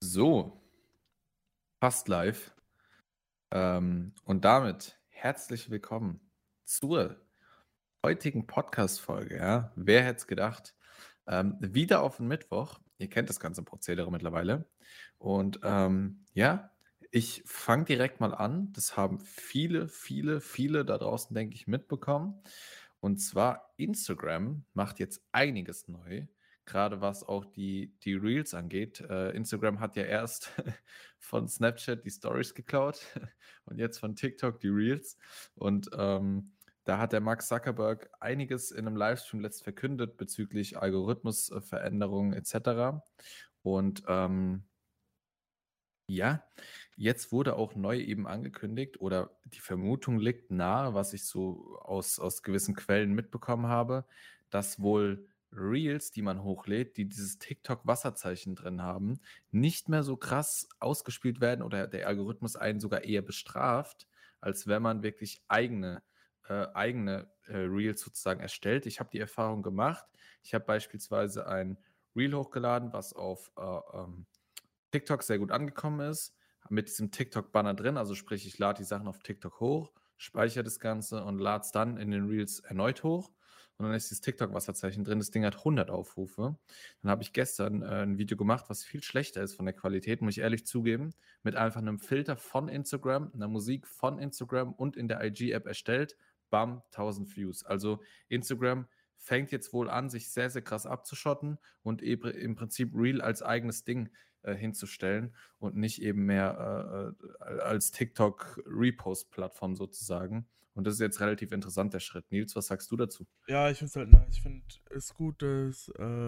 So, fast live. Und damit herzlich willkommen zur heutigen Podcast-Folge. Ja? Wer hätte es gedacht? Wieder auf den Mittwoch. Ihr kennt das ganze Prozedere mittlerweile. Und ja, ich fange direkt mal an. Das haben viele da draußen, denke ich, mitbekommen. Und zwar Instagram macht jetzt einiges neu, gerade was auch die Reels angeht. Instagram hat ja erst von Snapchat die Stories geklaut und jetzt von TikTok die Reels. Und da hat der Mark Zuckerberg einiges in einem Livestream letzt verkündet bezüglich Algorithmusveränderungen etc. Und ja, jetzt wurde auch neu eben angekündigt oder die Vermutung liegt nahe, was ich so aus gewissen Quellen mitbekommen habe, dass wohl Reels, die man hochlädt, die dieses TikTok-Wasserzeichen drin haben, nicht mehr so krass ausgespielt werden oder der Algorithmus einen sogar eher bestraft, als wenn man wirklich eigene Reels sozusagen erstellt. Ich habe die Erfahrung gemacht. Ich habe beispielsweise ein Reel hochgeladen, was auf TikTok sehr gut angekommen ist, mit diesem TikTok-Banner drin. Also sprich, ich lade die Sachen auf TikTok hoch, speichere das Ganze und lade es dann in den Reels erneut hoch. Und dann ist dieses TikTok-Wasserzeichen drin. Das Ding hat 100 Aufrufe. Dann habe ich gestern ein Video gemacht, was viel schlechter ist von der Qualität, muss ich ehrlich zugeben, mit einfach einem Filter von Instagram, einer Musik von Instagram und in der IG-App erstellt. Bam, 1000 Views. Also Instagram fängt jetzt wohl an, sich sehr krass abzuschotten und im Prinzip Reel als eigenes Ding hinzustellen und nicht eben mehr als TikTok-Repost-Plattform sozusagen. Und das ist jetzt relativ interessant, der Schritt. Nils, was sagst du dazu? Ja, ich finde es halt nice. Ich finde es gut, dass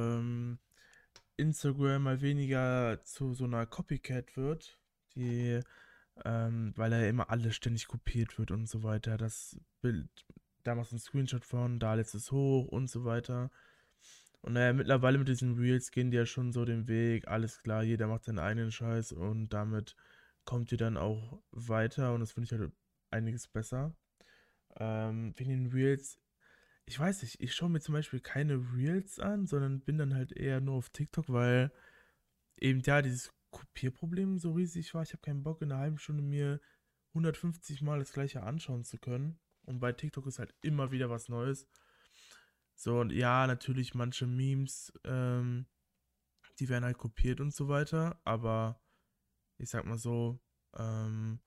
Instagram mal weniger zu so einer Copycat wird, die, weil da ja immer alles ständig kopiert wird und so weiter. Das Bild, da machst du einen Screenshot von, da lädst es hoch und so weiter. Und naja, mittlerweile mit diesen Reels gehen die ja schon so den Weg, alles klar, jeder macht seinen eigenen Scheiß und damit kommt ihr dann auch weiter und das finde ich halt einiges besser. Wegen den Reels, ich weiß nicht, ich schaue mir zum Beispiel keine Reels an, sondern bin dann halt eher nur auf TikTok, weil eben ja dieses Kopierproblem so riesig war. Ich habe keinen Bock, in einer halben Stunde mir 150 Mal das gleiche anschauen zu können. Und bei TikTok ist halt immer wieder was Neues. So, und ja, natürlich manche Memes, die werden halt kopiert und so weiter, aber ich sag mal so, ähm,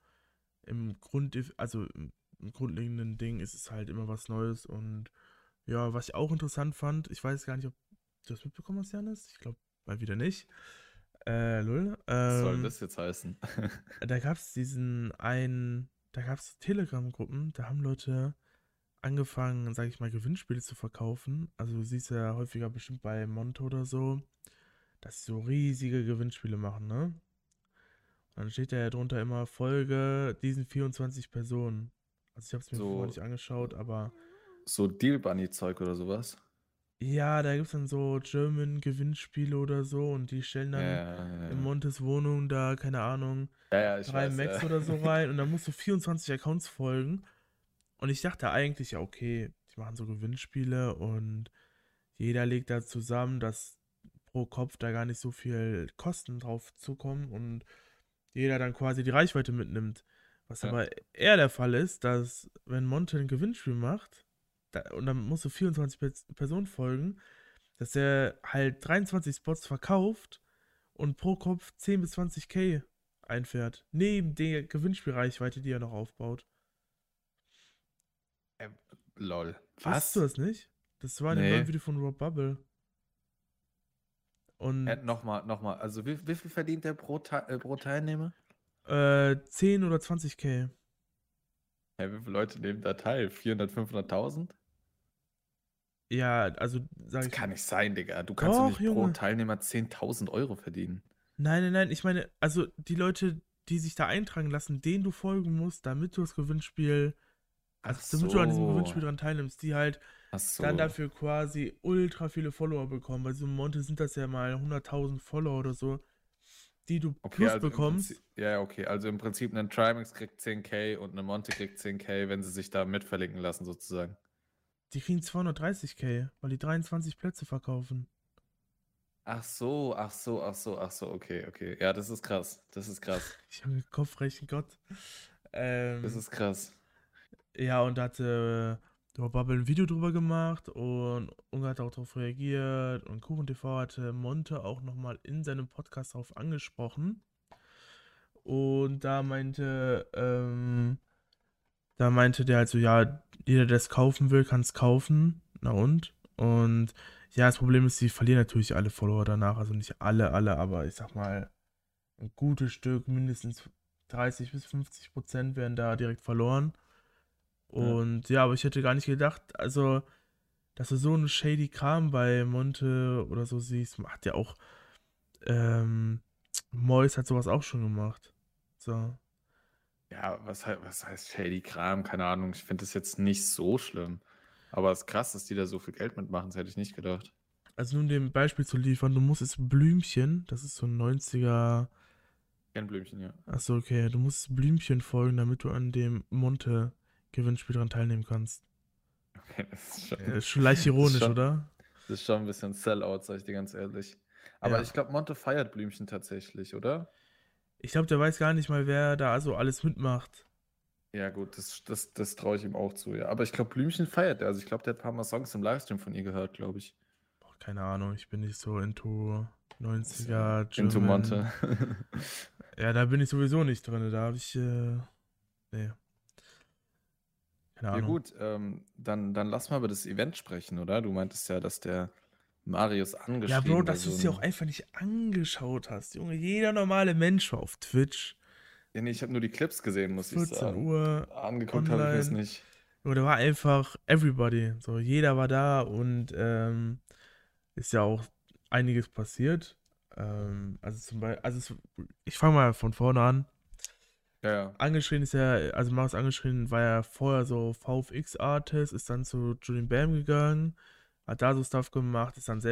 im grundlegenden Ding ist es halt immer was Neues und ja, was ich auch interessant fand, ich weiß gar nicht, ob du das mitbekommen hast, Janis. Ich glaube mal wieder nicht. Lol. Was soll denn das jetzt heißen? Da gab es da gab es Telegram-Gruppen, da haben Leute angefangen, sage ich mal, Gewinnspiele zu verkaufen. Also du siehst ja häufiger bestimmt bei Monto oder so, dass sie so riesige Gewinnspiele machen, ne? Und dann steht da ja drunter immer Folge diesen 24 Personen. Also ich habe es mir vorher So, nicht angeschaut, aber so Deal Bunny-Zeug oder sowas? ja, da gibt es dann so German-Gewinnspiele oder so und die stellen Ja, dann ja, ja, in ja. Montes Wohnung da, keine Ahnung, Ja, ja, ich 3 weiß, ja. Max oder so rein und dann musst du 24 Accounts folgen. Und ich dachte eigentlich, ja, okay, die machen so Gewinnspiele und jeder legt da zusammen, dass pro Kopf da gar nicht so viel Kosten drauf zukommen und jeder dann quasi die Reichweite mitnimmt. Was Ja. aber eher der Fall ist, dass wenn Monte ein Gewinnspiel macht und dann musst du 24 Personen folgen, dass er halt 23 Spots verkauft und pro Kopf 10 bis 20k einfährt. Neben der Gewinnspielreichweite, die er noch aufbaut. Äh, lol. Wusstest du Was? das nicht? Das war in dem neuen Nee. Video von Rob Bubble. Und Nochmal. Also wie viel verdient der pro Teilnehmer? 10 oder 20k. Ja, wie viele Leute nehmen da teil? 400, 500.000? Ja, also sag Das ich. kann nicht sein, Digga. Du kannst doch Doch, nicht pro Junge. Teilnehmer 10.000 Euro verdienen. Nein. Ich meine, also die Leute, die sich da eintragen lassen, denen du folgen musst, damit du das Gewinnspiel, Ach also damit du an diesem so. Gewinnspiel dran teilnimmst, die halt Ach dann so. dafür quasi ultra viele Follower bekommen. Bei so einem Monte sind das ja mal 100.000 Follower oder so, die du Okay, plus also im Prinzip, bekommst. ja, okay. Also im Prinzip ein Trimax kriegt 10k und eine Monte kriegt 10k, wenn sie sich da mit verlinken lassen, sozusagen. Die kriegen 230k, weil die 23 Plätze verkaufen. Ach so, ach so, ach so, ach so, okay, okay. Ja, das ist krass. Das ist krass. Junge, Kopfrechen Gott. Das Ähm, ist krass. ja, und da hatte Bubble ein Video drüber gemacht und Unge hat auch darauf reagiert und KuchenTV hatte Monte auch nochmal in seinem Podcast darauf angesprochen. Und da meinte der halt so, ja, jeder, der es kaufen will, kann es kaufen. Na und? Und ja, das Problem ist, die verlieren natürlich alle Follower danach. Also nicht alle, aber ich sag mal, ein gutes Stück, mindestens 30 bis 50% werden da direkt verloren. Ja. Und ja, aber ich hätte gar nicht gedacht, also, dass du so einen shady Kram bei Monte oder so siehst, hat ja auch, ähm, Mois hat sowas auch schon gemacht. So. Ja, was heißt Shady Kram? Keine Ahnung. Ich finde das jetzt nicht so schlimm. Aber es ist krass, dass die da so viel Geld mitmachen. Das hätte ich nicht gedacht. Also nun dem Beispiel zu liefern, du musstest Blümchen, das ist so ein 90er. Gänseblümchen, ja. Achso, okay, du musst Blümchen folgen, damit du an dem Monte-Gewinnspiel dran teilnehmen kannst. Okay, das ist Ja, schon, ist schon leicht das ist ironisch, schon, oder? das ist schon ein bisschen Sellout, sag ich dir ganz ehrlich. Aber Ja. ich glaube, Monte feiert Blümchen tatsächlich, oder? Ich glaube, der weiß gar nicht mal, wer da so alles mitmacht. Ja, gut, das traue ich ihm auch zu, ja. Aber ich glaube, Blümchen feiert er. Also ich glaube, der hat ein paar Mal Songs im Livestream von ihr gehört, glaube ich. Boah, keine Ahnung, ich bin nicht so into Ist ja 90er into German. Monte. Ja, da bin ich sowieso nicht drin. Da habe ich, nee, keine Ja, Ahnung. gut, dann lass mal über das Event sprechen, oder? Du meintest ja, dass der Marius Ja, Bro, angeschrien bei dass du so es dir auch einem. einfach nicht angeschaut hast. Junge, jeder normale Mensch war auf Twitch. Ja, nee, ich habe nur die Clips gesehen, muss ich 14 sagen. Uhr Angeguckt habe ich mir es online. nicht. Junge, da war einfach everybody. So, jeder war da und ist ja auch einiges passiert. Also zum Beispiel, ich fange mal von vorne an. Ja, ja. Angeschrien ist ja, also Marius angeschrien war ja vorher so VFX-Artist, ist dann zu Julian Bam gegangen, hat da so Stuff gemacht, ist dann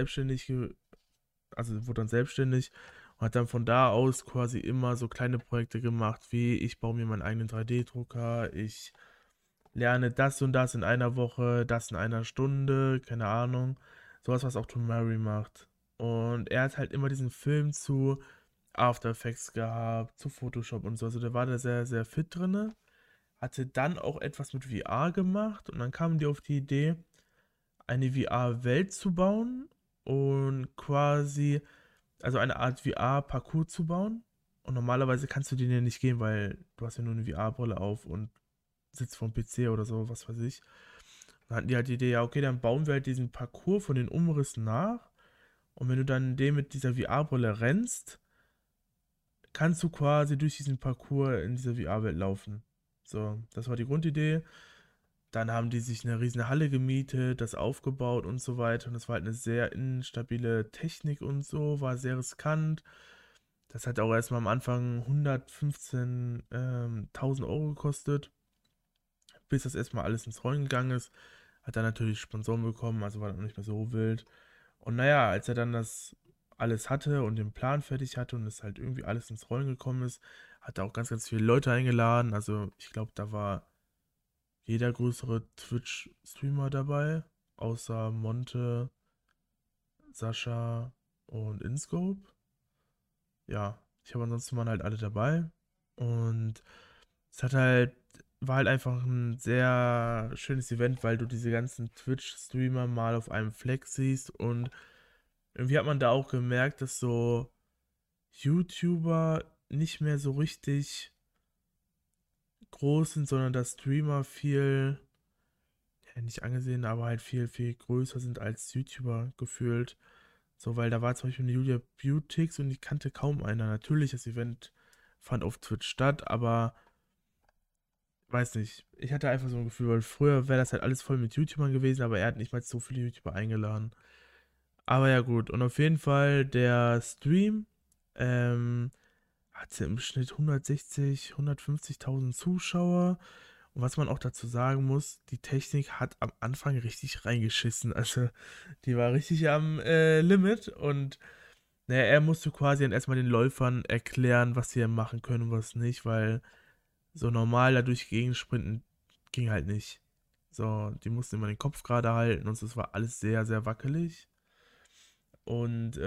also wurde dann selbstständig und hat dann von da aus quasi immer so kleine Projekte gemacht, wie ich baue mir meinen eigenen 3D-Drucker, ich lerne das und das in einer Woche, das in einer Stunde, keine Ahnung. Sowas, was auch Tomari macht. Und er hat halt immer diesen Film zu After Effects gehabt, zu Photoshop und so. Also der war da sehr, sehr fit drinne. Hatte dann auch etwas mit VR gemacht und dann kamen die auf die Idee, eine VR-Welt zu bauen und quasi, also eine Art VR-Parcours zu bauen. Und normalerweise kannst du den ja nicht gehen, weil du hast ja nur eine VR-Brille auf und sitzt vorm PC oder so, was weiß ich. Dann hatten die halt die Idee, ja, okay, dann bauen wir halt diesen Parcours von den Umrissen nach. Und wenn du dann den mit dieser VR-Brille rennst, kannst du quasi durch diesen Parcours in dieser VR-Welt laufen. So, das war die Grundidee. Dann haben die sich eine riesen Halle gemietet, das aufgebaut und so weiter. Und das war halt eine sehr instabile Technik und so, war sehr riskant. Das hat auch erstmal am Anfang 115.000 Euro gekostet, bis das erstmal alles ins Rollen gegangen ist. Hat dann natürlich Sponsoren bekommen, also war dann auch nicht mehr so wild. Und naja, als er dann das alles hatte und den Plan fertig hatte und es halt irgendwie alles ins Rollen gekommen ist, hat er auch ganz, ganz viele Leute eingeladen. Also ich glaube, da war jeder größere Twitch-Streamer dabei, außer Monte, Sascha und InScope. Ja, ich habe ansonsten waren halt alle dabei. Und es war halt einfach ein sehr schönes Event, weil du diese ganzen Twitch-Streamer mal auf einem Fleck siehst und irgendwie hat man da auch gemerkt, dass so YouTuber nicht mehr so richtig groß sind, sondern dass Streamer viel, ja, nicht angesehen, aber halt viel, viel größer sind als YouTuber gefühlt. So, weil da war zum Beispiel eine Julia Beautix und die kannte kaum einer. Natürlich, das Event fand auf Twitch statt, aber weiß nicht. Ich hatte einfach so ein Gefühl, weil früher wäre das halt alles voll mit YouTubern gewesen, aber er hat nicht mal so viele YouTuber eingeladen. Aber ja, gut. Und auf jeden Fall der Stream, ähm, hatte im Schnitt 160, 150.000 Zuschauer. Und was man auch dazu sagen muss, die Technik hat am Anfang richtig reingeschissen. Also, die war richtig am Limit. Und naja, er musste quasi dann erstmal den Läufern erklären, was sie machen können und was nicht, weil so normal dadurch gegensprinten ging halt nicht. So, die mussten immer den Kopf gerade halten und es war alles sehr, sehr wackelig. Und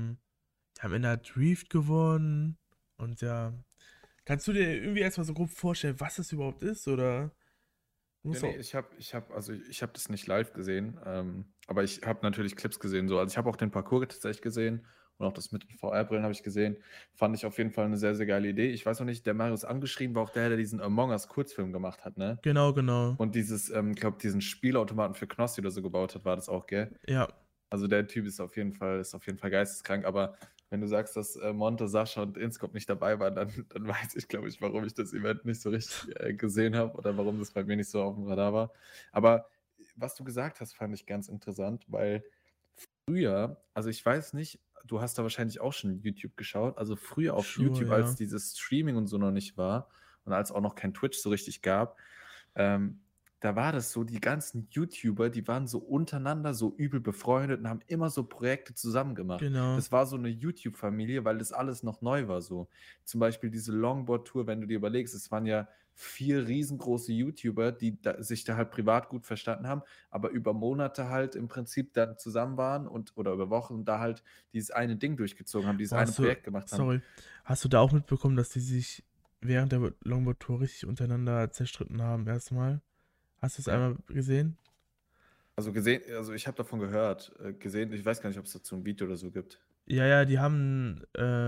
am Ende hat Reef gewonnen. Und ja, kannst du dir irgendwie erstmal so grob vorstellen, was das überhaupt ist? Oder du Ja, musst nee, auch. ich habe das nicht live gesehen, aber ich habe natürlich Clips gesehen. So. Also ich habe auch den Parcours tatsächlich gesehen und auch das mit den VR-Brillen habe ich gesehen. Fand ich auf jeden Fall eine sehr, sehr geile Idee. Ich weiß noch nicht, der Marius angeschrieben war auch der diesen Among Us Kurzfilm gemacht hat, ne? Genau, genau. Und dieses, glaube diesen Spielautomaten für Knossi oder so gebaut hat, war das auch, gell? Ja, Also der Typ ist auf jeden Fall geisteskrank, aber wenn du sagst, dass Monte, Sascha und Inscope nicht dabei waren, dann weiß ich, glaube ich, warum ich das Event nicht so richtig gesehen habe oder warum das bei mir nicht so auf dem Radar war. Aber was du gesagt hast, fand ich ganz interessant, weil früher, also ich weiß nicht, du hast da wahrscheinlich auch schon YouTube geschaut, also früher auf sure, YouTube, als ja. dieses Streaming und so noch nicht war und als auch noch kein Twitch so richtig gab, ähm, da war das so, die ganzen YouTuber, die waren so untereinander so übel befreundet und haben immer so Projekte zusammen gemacht. Genau. Das war so eine YouTube-Familie, weil das alles noch neu war so. Zum Beispiel diese Longboard-Tour, wenn du dir überlegst, es waren ja 4 riesengroße YouTuber, die sich da halt privat gut verstanden haben, aber über Monate halt im Prinzip dann zusammen waren und oder über Wochen da halt dieses eine Ding durchgezogen haben, dieses Boah, eine Projekt gemacht haben. sorry, hast du da auch mitbekommen, dass die sich während der Longboard-Tour richtig untereinander zerstritten haben, erstmal? Hast du es Ja. einmal gesehen? Also gesehen, also ich habe davon gehört, gesehen, ich weiß gar nicht, ob es dazu ein Video oder so gibt. Ja, ja, die haben,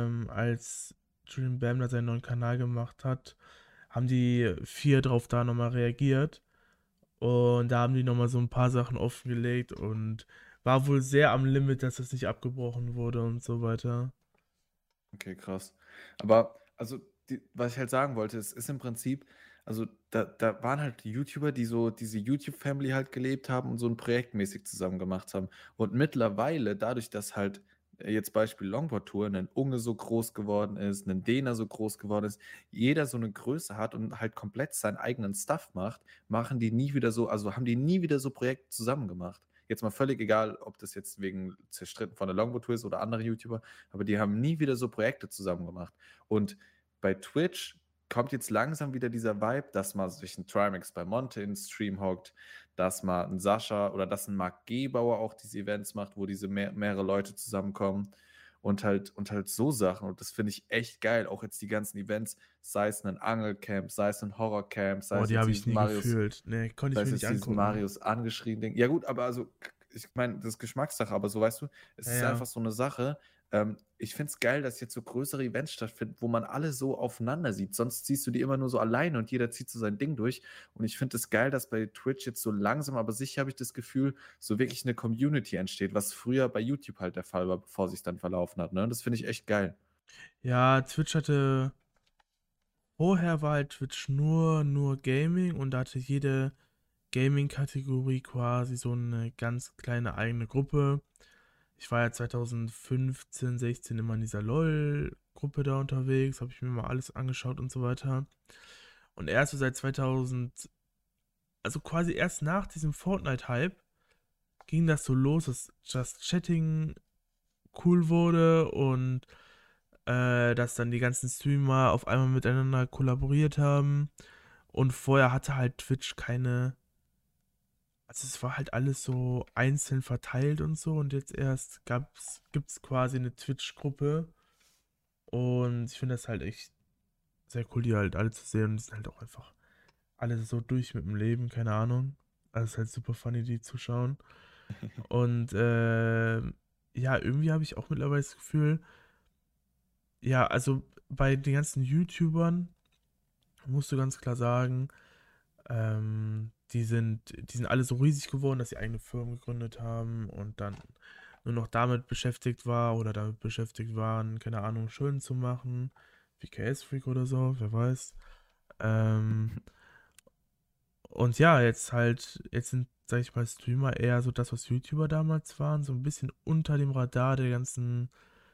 als Julian Bam da seinen neuen Kanal gemacht hat, haben die vier drauf da nochmal reagiert. Und da haben die nochmal so ein paar Sachen offengelegt und war wohl sehr am Limit, dass das nicht abgebrochen wurde und so weiter. Okay, krass. Aber also, was ich halt sagen wollte, es ist im Prinzip, also da waren halt YouTuber, die so diese YouTube-Family halt gelebt haben und so ein Projekt mäßig zusammen gemacht haben. Und mittlerweile, dadurch, dass halt jetzt Beispiel Longboard Tour, ein Unge so groß geworden ist, ein Dena so groß geworden ist, jeder so eine Größe hat und halt komplett seinen eigenen Stuff macht, machen die nie wieder so, also haben die nie wieder so Projekte zusammen gemacht. Jetzt mal völlig egal, ob das jetzt wegen zerstritten von der Longboard Tour ist oder andere YouTuber, aber die haben nie wieder so Projekte zusammen gemacht. Und bei Twitch kommt jetzt langsam wieder dieser Vibe, dass mal sich ein Trimax bei Monte in den Stream hockt, dass mal ein Sascha oder dass ein Marc Gebauer auch diese Events macht, wo diese mehrere Leute zusammenkommen und halt so Sachen. Und das finde ich echt geil. Auch jetzt die ganzen Events, sei es ein Angelcamp, sei es ein Horrorcamp, sei Boah, es die jetzt habe ich dieses nie Marius, gefühlt. Nee, konnte sei ich es mir nicht jetzt dieses angucken. Marius angeschrien Ding. Ja gut, aber also, ich meine, das ist Geschmackssache, aber so weißt du, es Ja, ist einfach ja. so eine Sache. Ich finde es geil, dass jetzt so größere Events stattfinden, wo man alle so aufeinander sieht. Sonst ziehst du die immer nur so alleine und jeder zieht so sein Ding durch. Und ich finde es geil, dass bei Twitch jetzt so langsam, aber sicher habe ich das Gefühl, so wirklich eine Community entsteht, was früher bei YouTube halt der Fall war, bevor sich dann verlaufen hat. Ne? Und das finde ich echt geil. Ja, Twitch hatte. Vorher war halt Twitch nur Gaming und da hatte jede Gaming-Kategorie quasi so eine ganz kleine eigene Gruppe. Ich war ja 2015, 16 immer in dieser LOL-Gruppe da unterwegs, habe ich mir mal alles angeschaut und so weiter. Und erst so seit 2000, also quasi erst nach diesem Fortnite-Hype, ging das so los, dass das Chatting cool wurde und dass dann die ganzen Streamer auf einmal miteinander kollaboriert haben. Und vorher hatte halt Twitch keine, also es war halt alles so einzeln verteilt und so. Und jetzt erst gibt's quasi eine Twitch-Gruppe. Und ich finde das halt echt sehr cool, die halt alle zu sehen. Und die sind halt auch einfach alle so durch mit dem Leben, keine Ahnung. Also es ist halt super funny, die zu schauen. Und ja, irgendwie habe ich auch mittlerweile das Gefühl, ja, also bei den ganzen YouTubern musst du ganz klar sagen, die sind alle so riesig geworden, dass sie eigene Firmen gegründet haben und dann nur noch damit beschäftigt war oder damit beschäftigt waren, keine Ahnung, Schulden zu machen, wie KS Freak oder so, wer weiß. Ähm, und ja, jetzt sind, sag ich mal, Streamer eher so das, was YouTuber damals waren, so ein bisschen unter dem Radar der ganzen,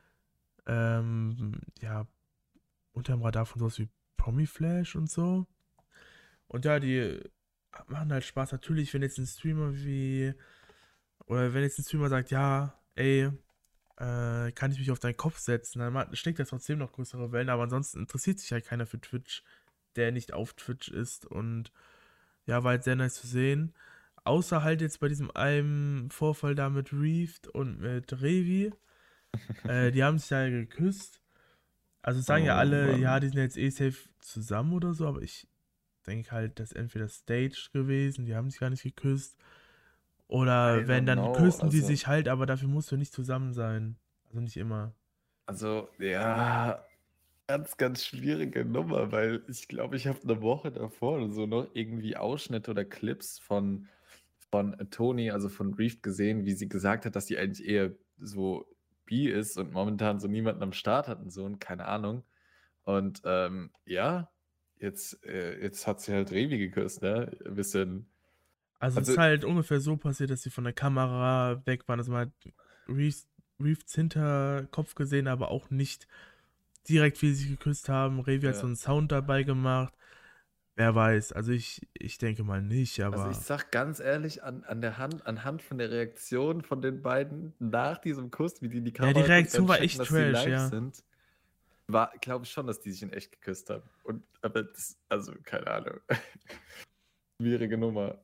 ja, unter dem Radar von sowas wie Promiflash und so. Und ja, die machen halt Spaß. Natürlich, wenn jetzt ein Streamer wie, oder wenn jetzt ein Streamer sagt, ja, ey, kann ich mich auf deinen Kopf setzen, schlägt das trotzdem noch größere Wellen, aber ansonsten interessiert sich halt keiner für Twitch, der nicht auf Twitch ist. Und ja, war halt sehr nice zu sehen. Außer halt jetzt bei diesem einen Vorfall da mit Reefed und mit Revi. Die haben sich ja geküsst. Also sagen ja Oh alle, ja, Mann. die sind jetzt eh safe zusammen oder so, aber ich denke halt, das ist entweder staged gewesen, die haben sich gar nicht geküsst. I Oder wenn, don't dann know. küssen die sich halt, aber dafür musst du nicht zusammen sein. Also nicht immer. Ja, ganz, ganz schwierige Nummer, weil ich glaube, ich habe eine Woche davor oder so noch irgendwie Ausschnitte oder Clips von Toni, also von Reef gesehen, wie sie gesagt hat, dass sie eigentlich eher so bi ist und momentan so niemanden am Start hat und so und keine Ahnung. Und ja, jetzt hat sie halt Revi geküsst, ne? Ein bisschen. Also es Also, ist halt ungefähr so passiert, dass sie von der Kamera weg waren. Also man hat Reeves, Reeves Hinterkopf gesehen, aber auch nicht direkt, wie sie sich geküsst haben. Revi hat so ja. einen Sound dabei gemacht. Wer weiß. Also ich denke mal nicht, Also ich aber. sag ganz ehrlich, anhand von der Reaktion von den beiden nach diesem Kuss, wie die in die Ja, die Kamera gucken, dann Reaktion war checken, echt dass sie trash, live ja. sind, glaube ich schon, dass die sich in echt geküsst haben. Aber das, also keine Ahnung. Schwierige Nummer.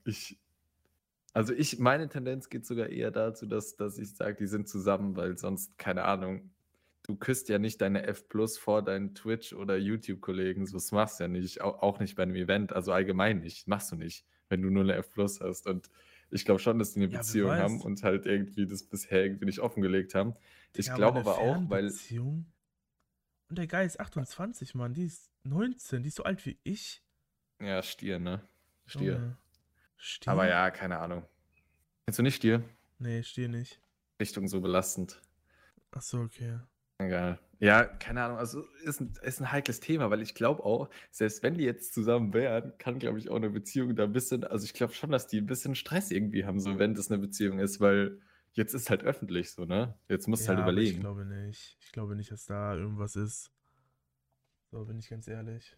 Meine Tendenz geht sogar eher dazu, dass ich sage, die sind zusammen, weil sonst, keine Ahnung, du küsst ja nicht deine F Plus vor deinen Twitch- oder YouTube-Kollegen. So, das machst du ja nicht. Auch nicht bei einem Event. Also allgemein nicht. Machst du nicht, wenn du nur eine F Plus hast. Und ich glaube schon, dass die eine Ja, wer Beziehung haben weiß. und halt irgendwie das bisher irgendwie nicht offengelegt haben. Ich Digga, aber glaube eine aber auch, weil, Fernbeziehung? Und der Guy ist 28, Mann. Die ist 19. Die ist so alt wie ich. ja, Stier, ne? Stier. Junge. Aber Stier? ja, keine Ahnung. Kennst du nicht Stier? Nee, Stier nicht. Richtung so belastend. Ach so, okay. Egal. Ja, keine Ahnung. Also ist ein heikles Thema, weil ich glaube auch, selbst wenn die jetzt zusammen wären, kann, glaube ich, auch eine Beziehung da ein bisschen, also ich glaube schon, dass die ein bisschen Stress irgendwie haben, so wenn das eine Beziehung ist, weil jetzt ist halt öffentlich so, ne? Jetzt musst du halt Ja, aber ich überlegen. glaube nicht. Ich glaube nicht, dass da irgendwas ist. So, bin ich ganz ehrlich.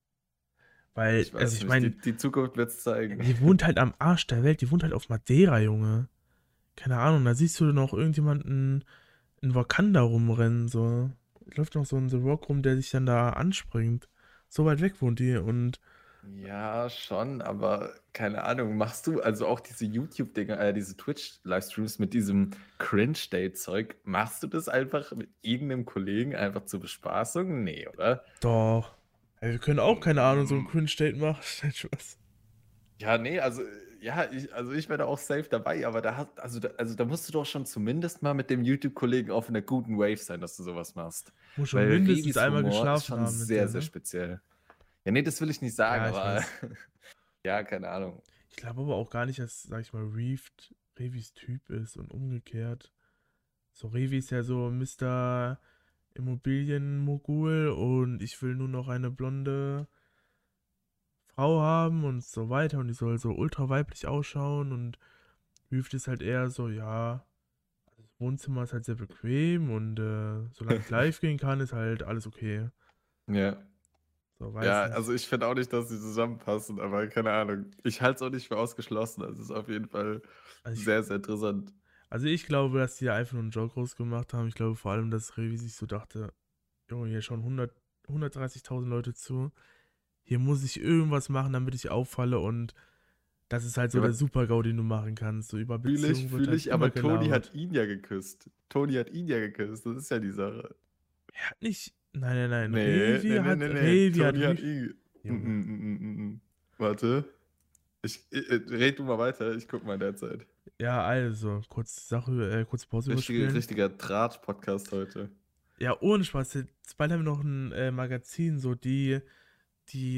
Weil, Ich also weiß ich nicht, meine, die Zukunft wird es zeigen. die wohnt halt am Arsch der Welt. Die wohnt halt auf Madeira, Junge. Keine Ahnung, da siehst du noch irgendjemanden in Wakanda rumrennen, so. Läuft noch so ein The Rock rum, der sich dann da anspringt. So weit weg wohnt die und Ja, schon, aber keine Ahnung, machst du also auch diese YouTube-Dinger, diese Twitch-Livestreams mit diesem Cringe-Date-Zeug, machst du das einfach mit irgendeinem Kollegen einfach zur Bespaßung? Nee, oder? doch. Ja, wir können auch, keine Ahnung, so ein Mm, Cringe-Date machen. Nein, Spaß. ja, nee, ich wäre da auch safe dabei, aber da musst du doch schon zumindest mal mit dem YouTube-Kollegen auf einer guten Wave sein, dass du sowas machst. Muss schon Weil mindestens Revis einmal Humor ist geschlafen schon haben mit sehr, der, sehr ne? speziell. Ja, nee, das will ich nicht sagen, Ja, ich aber weiß. ja, keine Ahnung. Ich glaube aber auch gar nicht, dass, sag ich mal, Revis Typ ist und umgekehrt. So, Revi ist ja so Mr. Immobilienmogul und ich will nur noch eine blonde Frau haben und so weiter und die soll so ultra weiblich ausschauen und Reeve ist halt eher so, ja, das Wohnzimmer ist halt sehr bequem und solange ich live gehen kann, ist halt alles okay. Ja. So, weiß Ja, nicht. also ich finde auch nicht, dass sie zusammenpassen, aber keine Ahnung. Ich halte es auch nicht für ausgeschlossen. Also es ist auf jeden Fall Also ich, sehr, sehr interessant. also ich glaube, dass die da einfach nur einen Joke rausgemacht haben. Ich glaube vor allem, dass Revi sich so dachte, Junge, hier schauen 130.000 Leute zu. Hier muss ich irgendwas machen, damit ich auffalle und das ist halt so Ja, der aber Super-GAU, den du machen kannst. So über Beziehungen wird fühle halt ich, immer aber Toni gelabert. hat ihn ja geküsst. Toni hat ihn ja geküsst, das ist ja die Sache. Er hat nicht. Nein, nein, nein. Nee, nee, nee, nee, nee. Revi hat Toni hat Reef. ihn. Junge. Warte. Red du mal weiter, ich guck mal in der Zeit. Ja, also, kurze Pause überspielen. Richtiger Draht-Podcast heute. Ja, ohne Spaß. Jetzt bald haben wir noch ein Magazin, so die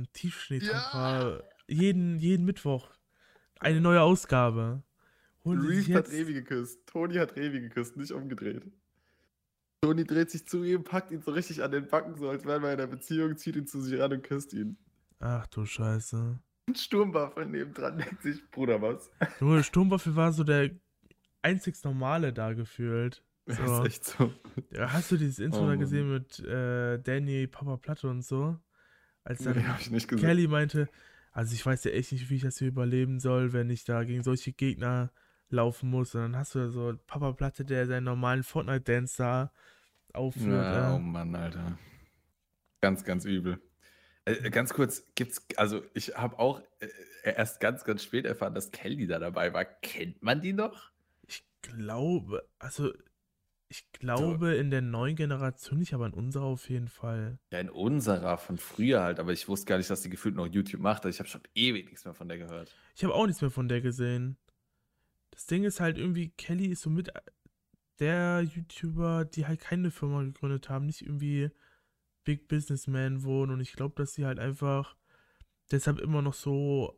Ja! Tiefschnee-Tundra. Jeden Mittwoch. Eine neue Ausgabe. Holen Sie sich Reef hat Revi jetzt. geküsst. Toni hat Revi geküsst, nicht umgedreht. Toni dreht sich zu ihm, packt ihn so richtig an den Backen, so als wären wir in einer Beziehung, zieht ihn zu sich ran und küsst ihn. Ach du Scheiße. Ein Sturmwaffel nebendran denkt sich, Bruder, was? Junge, Sturmwaffel war so der einzig Normale da gefühlt. Das ist So. echt so. Ja, hast du dieses Intro Oh da Mann. gesehen mit Danny, Papa Platte und so? Als Nee, dann hab ich nicht gesehen. Kelly meinte, also ich weiß ja echt nicht, wie ich das hier überleben soll, wenn ich da gegen solche Gegner laufen muss. Und dann hast du da so Papa Platte, der seinen normalen Fortnite-Dance da aufführt. Ja, oh Mann, Alter. Ganz, ganz übel. Ganz kurz, also ich habe auch erst ganz, ganz spät erfahren, dass Kelly da dabei war. Kennt man die noch? Ich glaube, also Ich Du, glaube in der neuen Generation nicht, aber in unserer auf jeden Fall. ja, in unserer von früher halt, aber ich wusste gar nicht, dass die gefühlt noch YouTube macht. Also ich habe schon ewig nichts mehr von der gehört. Ich habe auch nichts mehr von der gesehen. Das Ding ist halt irgendwie, Kelly ist so mit der YouTuber, die halt keine Firma gegründet haben, nicht irgendwie Big Businessman wurden und ich glaube, dass sie halt einfach deshalb immer noch so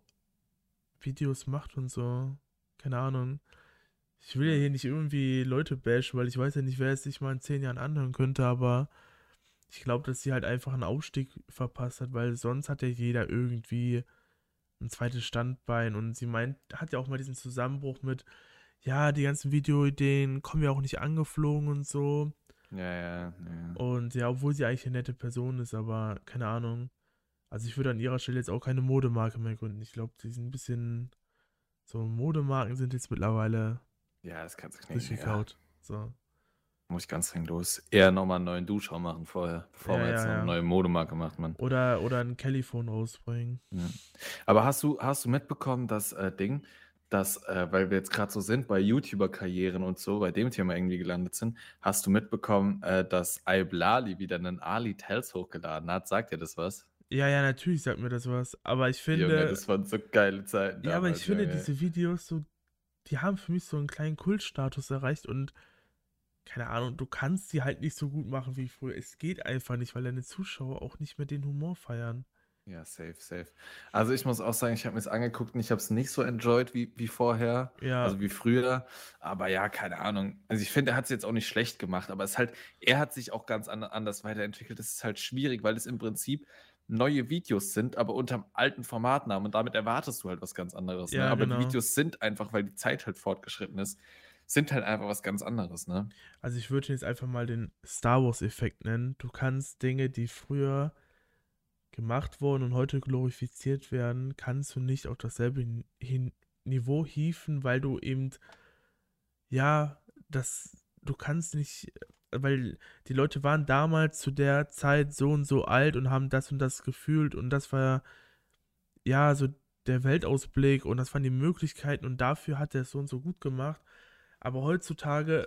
Videos macht und so. Keine Ahnung. Ich will ja Ja. hier nicht irgendwie Leute bashen, weil ich weiß ja nicht, wer es sich mal in 10 Jahren anhören könnte, aber ich glaube, dass sie halt einfach einen Aufstieg verpasst hat, weil sonst hat ja jeder irgendwie ein zweites Standbein und sie meint, hat ja auch mal diesen Zusammenbruch mit, ja, die ganzen Videoideen kommen ja auch nicht angeflogen und so. Ja, ja, ja. Und ja, obwohl sie eigentlich eine nette Person ist, aber keine Ahnung. Also ich würde an ihrer Stelle jetzt auch keine Modemarke mehr gründen. Ich glaube, die sind ein bisschen, so Modemarken sind jetzt mittlerweile Ja, das kannst du knicken, Digga. durchgekaut. So. Muss ich ganz dringend los. Eher nochmal einen neuen Duschraum machen vorher, bevor Ja, man jetzt ja, noch eine ja. neue Modemarke macht, Mann. Oder ein Kellyphone rausbringen. Ja. Aber hast du mitbekommen, das Ding, dass, weil wir jetzt gerade so sind bei YouTuber-Karrieren und so, bei dem Thema irgendwie gelandet sind, hast du mitbekommen, dass Iblali wieder einen Ali Tells hochgeladen hat? Sagt dir das was? Ja, ja, natürlich sagt mir das was. Aber ich Junge, finde, das waren so geile Zeiten ja, aber ich damals, finde, Junge. diese Videos so, die haben für mich so einen kleinen Kultstatus erreicht und keine Ahnung, du kannst die halt nicht so gut machen wie früher. Es geht einfach nicht, weil deine Zuschauer auch nicht mehr den Humor feiern. Ja, safe, safe. Also ich muss auch sagen, ich habe mir das angeguckt und ich habe es nicht so enjoyed wie vorher, Ja, also wie früher. Aber ja, keine Ahnung. Also ich finde, er hat es jetzt auch nicht schlecht gemacht, aber es ist halt, er hat sich auch ganz anders weiterentwickelt. Das ist halt schwierig, weil es im Prinzip neue Videos sind, aber unterm alten Formatnamen und damit erwartest du halt was ganz anderes, ne? ja, Aber die genau. Videos sind einfach, weil die Zeit halt fortgeschritten ist, sind halt einfach was ganz anderes, ne? Also ich würde jetzt einfach mal den Star Wars-Effekt nennen. Du kannst Dinge, die früher gemacht wurden und heute glorifiziert werden, kannst du nicht auf dasselbe Niveau hieven, weil du eben, ja, du kannst nicht, weil die Leute waren damals zu der Zeit so und so alt und haben das und das gefühlt und das war, ja, so der Weltausblick und das waren die Möglichkeiten und dafür hat er es so und so gut gemacht. Aber heutzutage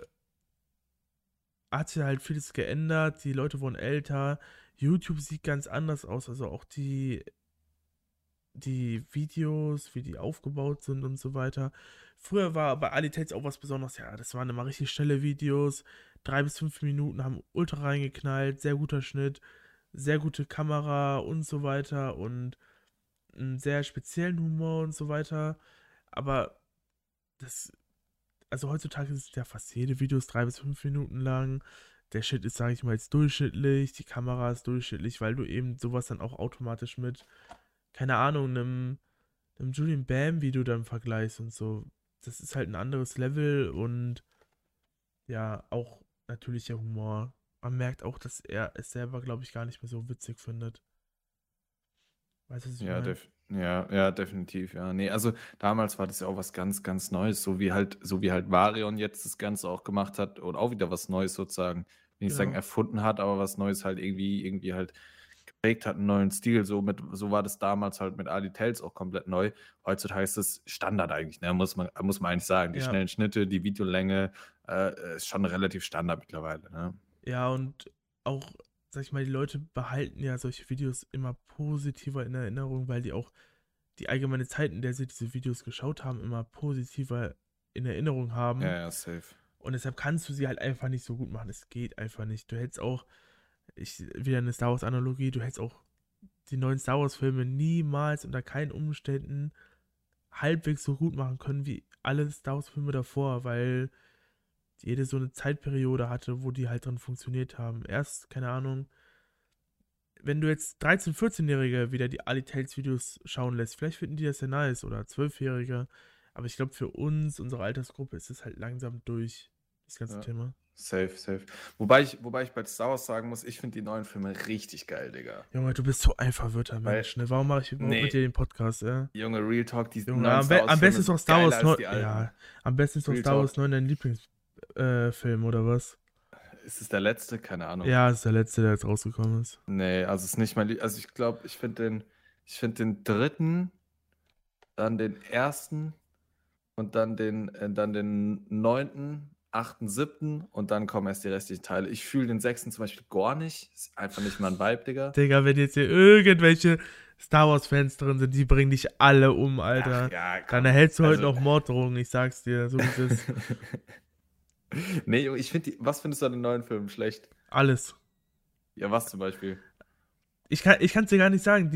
hat sich halt vieles geändert, die Leute wurden älter, YouTube sieht ganz anders aus, also auch die Videos, wie die aufgebaut sind und so weiter. Früher war bei Ali Tales auch was Besonderes. Ja, das waren immer richtig schnelle Videos. 3 bis 5 Minuten haben ultra reingeknallt. Sehr guter Schnitt, sehr gute Kamera und so weiter und einen sehr speziellen Humor und so weiter. Aber das, also heutzutage sind ja fast jede Videos 3 bis 5 Minuten lang. Der Shit ist, sage ich mal, jetzt durchschnittlich. Die Kamera ist durchschnittlich, weil du eben sowas dann auch automatisch mit, keine Ahnung, einem Julian Bam-Video dann vergleichst und so. Das ist halt ein anderes Level und ja, auch natürlich der Humor. Man merkt auch, dass er es selber, glaube ich, gar nicht mehr so witzig findet. Weißt du, was ich Ja, meine? ja, definitiv, ja. Nee, also damals war das ja auch was ganz, ganz Neues, so wie halt Varion jetzt das Ganze auch gemacht hat und auch wieder was Neues sozusagen, will nicht sagen Genau. erfunden hat, aber was Neues halt irgendwie halt geprägt hat, einen neuen Stil. So war das damals halt mit Ali Tells auch komplett neu. Heutzutage ist das Standard eigentlich, ne? Muss man eigentlich sagen. Die Ja. schnellen Schnitte, die Videolänge, ist schon relativ Standard mittlerweile, ne? Ja, und auch, sag ich mal, die Leute behalten ja solche Videos immer positiver in Erinnerung, weil die auch die allgemeine Zeit, in der sie diese Videos geschaut haben, immer positiver in Erinnerung Ja, haben. ja, safe. Und deshalb kannst du sie halt einfach nicht so gut machen. Es geht einfach nicht. Du hättest auch, wieder eine Star Wars-Analogie, du hättest auch die neuen Star Wars-Filme niemals unter keinen Umständen halbwegs so gut machen können wie alle Star Wars-Filme davor, weil jede so eine Zeitperiode hatte, wo die halt drin funktioniert haben. Erst, keine Ahnung, wenn du jetzt 13-, 14-Jährige wieder die Ali Tales Videos schauen lässt, vielleicht finden die das ja nice oder 12-Jährige, aber ich glaube für uns, unsere Altersgruppe, ist es halt langsam durch, das ganze Ja. Thema. Safe, safe. Wobei ich bei Star Wars sagen muss, ich finde die neuen Filme richtig geil, Digga. Junge, du bist so ein verwirrter Weil, Mensch, ne? Warum mache ich überhaupt mit nee, dir den Podcast, ja? Junge, Real Talk, die Junge, neuen Star am besten Wars-Filme ist doch sind Star geiler Wars als 9, die alten. ja, am besten ist doch Real Star Wars Talk. 9 dein Lieblingsfilm, oder was? Ist es der letzte? Keine Ahnung. Ja, das ist der letzte, der jetzt rausgekommen ist. Nee, also es ist nicht mein Also ich glaube, ich finde den dritten, dann den ersten und dann den neunten 8., 7. und dann kommen erst die restlichen Teile. Ich fühle den 6. zum Beispiel gar nicht. Ist einfach nicht mein Vibe, Digga. Digga, wenn jetzt hier irgendwelche Star Wars-Fans drin sind, die bringen dich alle um, Ach Alter. ja, Dann komm. erhältst du heute Also, noch Morddrohungen, ich sag's dir, so wie es ist. nee, Junge, was findest du an den neuen Filmen schlecht? Alles. Ja, was zum Beispiel? Ich kann's dir gar nicht sagen,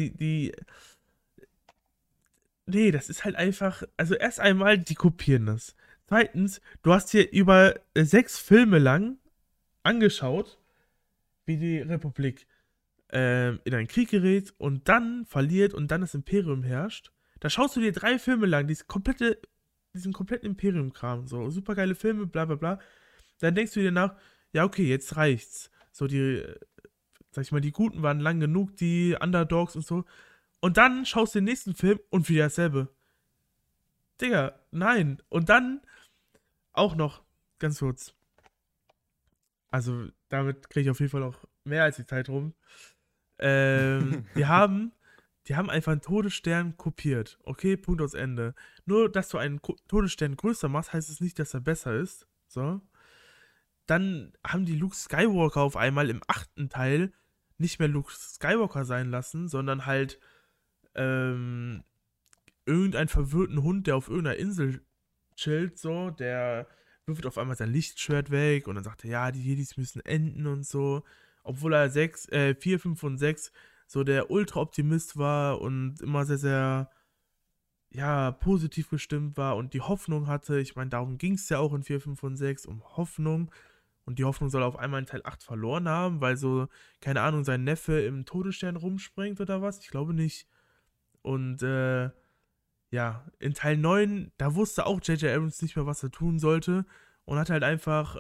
nee, das ist halt einfach, also erst einmal, die kopieren das. Zweitens, du hast hier über 6 Filme lang angeschaut, wie die Republik in einen Krieg gerät und dann verliert und dann das Imperium herrscht. Da schaust du dir 3 Filme lang, diesen kompletten Imperium-Kram, so supergeile Filme, bla bla bla. Dann denkst du dir nach, ja, okay, jetzt reicht's. So sag ich mal, die Guten waren lang genug, die Underdogs und so. Und dann schaust du den nächsten Film und wieder dasselbe. Digga, nein. Und dann auch noch, ganz kurz. Also, damit kriege ich auf jeden Fall auch mehr als die Zeit rum. Die haben einfach einen Todesstern kopiert. Okay, Punkt aus Ende. Nur, dass du einen Todesstern größer machst, heißt es nicht, dass er besser ist. So. Dann haben die Luke Skywalker auf einmal im 8. Teil nicht mehr Luke Skywalker sein lassen, sondern halt ähm, irgendeinen verwirrten Hund, der auf irgendeiner Insel chillt, so, der wirft auf einmal sein Lichtschwert weg und dann sagt er, ja, die Jedis müssen enden und so. Obwohl er 4, 5 und 6 so der Ultra-Optimist war und immer sehr, sehr, ja, positiv gestimmt war und die Hoffnung hatte. Ich meine, darum ging es ja auch in 4, 5 und 6, um Hoffnung. Und die Hoffnung soll er auf einmal in Teil 8 verloren haben, weil so, keine Ahnung, sein Neffe im Todesstern rumspringt oder was? Ich glaube nicht. Und ja, in Teil 9, da wusste auch J.J. Abrams nicht mehr, was er tun sollte und hat halt einfach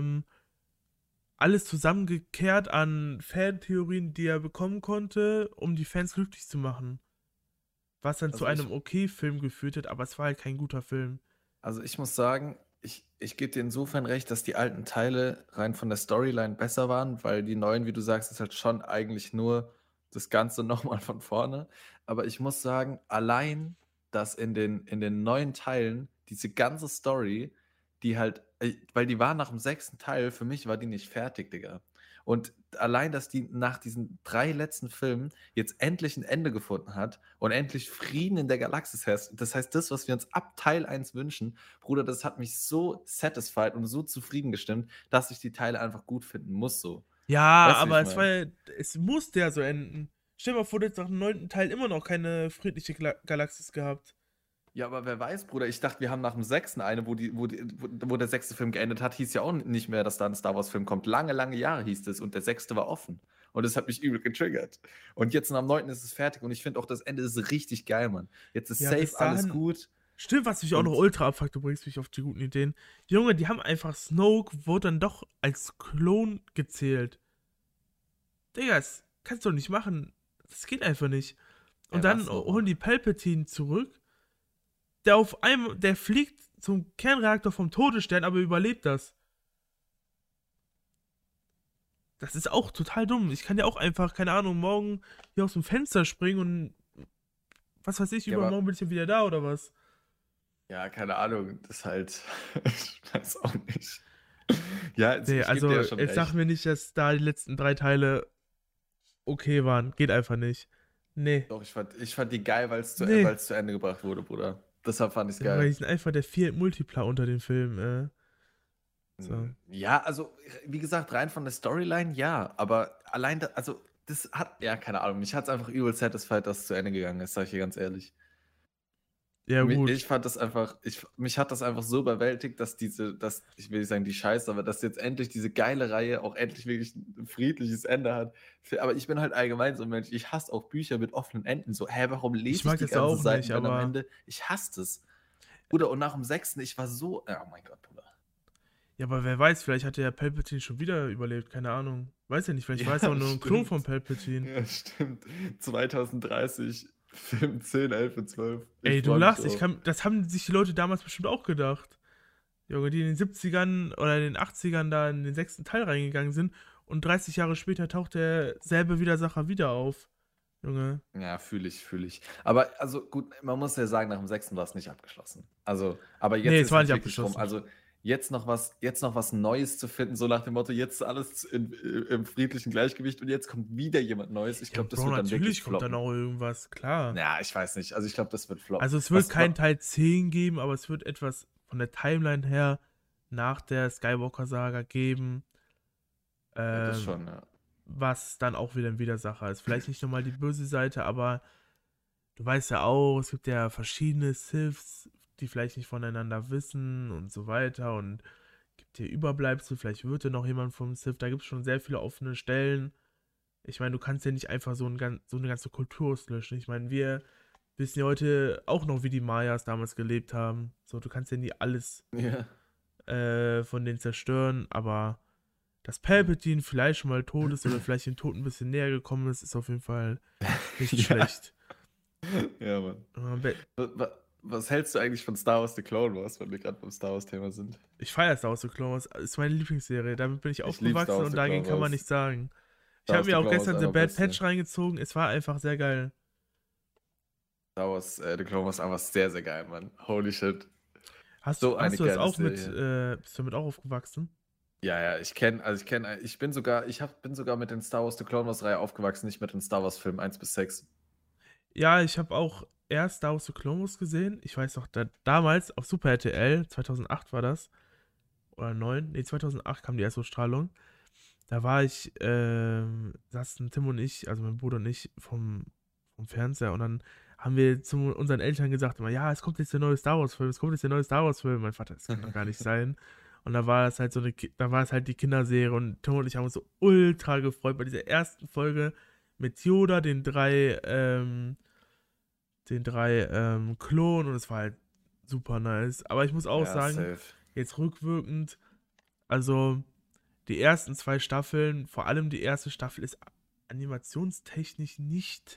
alles zusammengekehrt an Fantheorien, die er bekommen konnte, um die Fans glücklich zu machen. Was dann zu Also ich, einem Okay-Film geführt hat, aber es war halt kein guter Film. also ich muss sagen, ich gebe dir insofern recht, dass die alten Teile rein von der Storyline besser waren, weil die neuen, wie du sagst, ist halt schon eigentlich nur das Ganze nochmal von vorne. Aber ich muss sagen, allein, dass in den neuen Teilen diese ganze Story, die halt, weil die war nach dem 6. Teil, für mich war die nicht fertig, Digga. Und allein, dass die nach diesen 3 letzten Filmen jetzt endlich ein Ende gefunden hat und endlich Frieden in der Galaxis herrscht. Das heißt, das, was wir uns ab Teil 1 wünschen, Bruder, das hat mich so satisfied und so zufrieden gestimmt, dass ich die Teile einfach gut finden muss, so. Ja, Weißt du, wie ich aber meine? es musste ja so enden. Stell dir mal vor, du hättest nach dem 9. Teil immer noch keine friedliche Galaxis gehabt. Ja, aber wer weiß, Bruder, ich dachte, wir haben nach dem 6. eine, wo der 6. Film geendet hat, hieß ja auch nicht mehr, dass da ein Star Wars-Film kommt. Lange, lange Jahre hieß es und der 6. war offen. Und das hat mich übel getriggert. Und jetzt am 9. ist es fertig und ich finde auch, das Ende ist richtig geil, Mann. Jetzt ist Ja, safe bis alles dahin. gut Stimmt, was mich auch noch und ultra abfuckt, du bringst mich auf die guten Ideen. Junge, die haben einfach Snoke, wurde dann doch als Klon gezählt. Digga, das kannst du doch nicht machen. Das geht einfach nicht. Und wer dann was holen nochmal? die Palpatine zurück. Der fliegt zum Kernreaktor vom Todesstern, aber überlebt das. Das ist auch total dumm. Ich kann ja auch einfach, keine Ahnung, morgen hier aus dem Fenster springen und was weiß ich, Ja, aber übermorgen bin ich ja wieder da oder was. ja, keine Ahnung, das ist halt, ich weiß auch nicht. Ja, Nee, ich gebe dir ja also schon jetzt sag recht. mir nicht, dass da die letzten 3 Teile okay waren. Geht einfach nicht. Nee. Doch, ich fand die geil, weil Nee. es zu Ende gebracht wurde, Bruder. Deshalb fand ich es Weil geil. die sind einfach der viel Multipler unter den Filmen. So. Ja, also, wie gesagt, rein von der Storyline, ja, aber allein, also, das hat, ja, keine Ahnung, mich hat es einfach übel satisfied, dass es zu Ende gegangen ist, sag ich dir ganz ehrlich. Ja, Ich gut. fand das einfach, mich hat das einfach so überwältigt, ich will nicht sagen die Scheiße, aber dass jetzt endlich diese geile Reihe auch endlich wirklich ein friedliches Ende hat. Aber ich bin halt allgemein so ein Mensch, ich hasse auch Bücher mit offenen Enden. So, warum Ich lese ich mag die das ganze auch nicht, Seiten, wenn am aber. Ende, ich hasse es. Bruder, und nach dem 6., ich war so, oh mein Gott, Bruder. Ja, aber wer weiß, vielleicht hat der Palpatine schon wieder überlebt. Keine Ahnung. Weiß ja nicht, vielleicht war es Ja, auch nur ein Klon von stimmt. Palpatine. Ja, stimmt. 2030, Film 10, 11 und 12. Ich Ey, du freue mich lachst, drauf. das haben sich die Leute damals bestimmt auch gedacht. Junge, die in den 70ern oder in den 80ern da in den 6. Teil reingegangen sind und 30 Jahre später taucht derselbe Widersacher wieder auf. Junge. Ja, fühle ich, fühle ich. Aber also gut, man muss ja sagen, nach dem 6. war es nicht abgeschlossen. Also, aber Nee, jetzt es ist war nicht halt wirklich rum. abgeschlossen. Also, jetzt noch was Neues zu finden, so nach dem Motto, jetzt ist alles im friedlichen Gleichgewicht und jetzt kommt wieder jemand Neues. Ich Ja, glaube, das Bro, wird dann wirklich natürlich kommt dann floppen. auch irgendwas, klar. Ja, ich weiß nicht. Also ich glaube, das wird floppen. Also es wird kein Teil 10 geben, aber es wird etwas von der Timeline her nach der Skywalker-Saga geben, Ja, das ähm, schon, ja. was dann auch wieder ein Widersacher ist. Vielleicht nicht nochmal die böse Seite, aber du weißt ja auch, es gibt ja verschiedene Siths, die vielleicht nicht voneinander wissen und so weiter und gibt hier Überbleibsel, vielleicht wird ja noch jemand vom Sith, da gibt es schon sehr viele offene Stellen. Ich meine, du kannst ja nicht einfach so eine ganze Kultur auslöschen. Ich meine, wir wissen ja heute auch noch, wie die Mayas damals gelebt haben. So, du kannst ja nie alles Ja. von denen zerstören, aber dass Palpatine vielleicht schon mal tot ist oder vielleicht dem Tod ein bisschen näher gekommen ist, ist auf jeden Fall nicht Ja. schlecht. Ja, Mann. Äh, Was hältst du eigentlich von Star Wars The Clone Wars, wenn wir gerade beim Star Wars-Thema sind? Ich feiere Star Wars The Clone Wars, ist meine Lieblingsserie. Damit bin ich Ich liebe Star aufgewachsen Wars und The dagegen Clone kann man Wars. nichts sagen. Ich Star habe Wars The mir auch Clone Wars gestern The einfach Bad Beste. Patch reingezogen. Es war einfach sehr geil. Star Wars The Clone Wars einfach sehr, sehr geil, Mann. Holy shit. Hast, So eine hast du das geile auch Serie. bist du damit auch aufgewachsen? Ja, ja, bin sogar mit den Star Wars The Clone Wars Reihe aufgewachsen, nicht mit den Star Wars Filmen 1 bis 6. Ja, ich habe auch erst Star Wars The Clone Wars gesehen. Ich weiß noch, damals auf Super RTL, 2008 war das. Oder 9, nee, 2008 kam die Erstausstrahlung. Da saßen Tim und ich, also mein Bruder und ich, vom Fernseher und dann haben wir zu unseren Eltern gesagt, immer, ja, es kommt jetzt der neue Star Wars-Film, es kommt jetzt der neue Star Wars-Film. Mein Vater, das kann doch gar nicht sein. Und da war es halt da war es halt die Kinderserie und Tim und ich haben uns so ultra gefreut bei dieser ersten Folge mit Yoda, den drei Klonen und es war halt super nice. Aber ich muss auch Ja, sagen, safe. jetzt rückwirkend, also die ersten zwei Staffeln, vor allem die erste Staffel, ist animationstechnisch nicht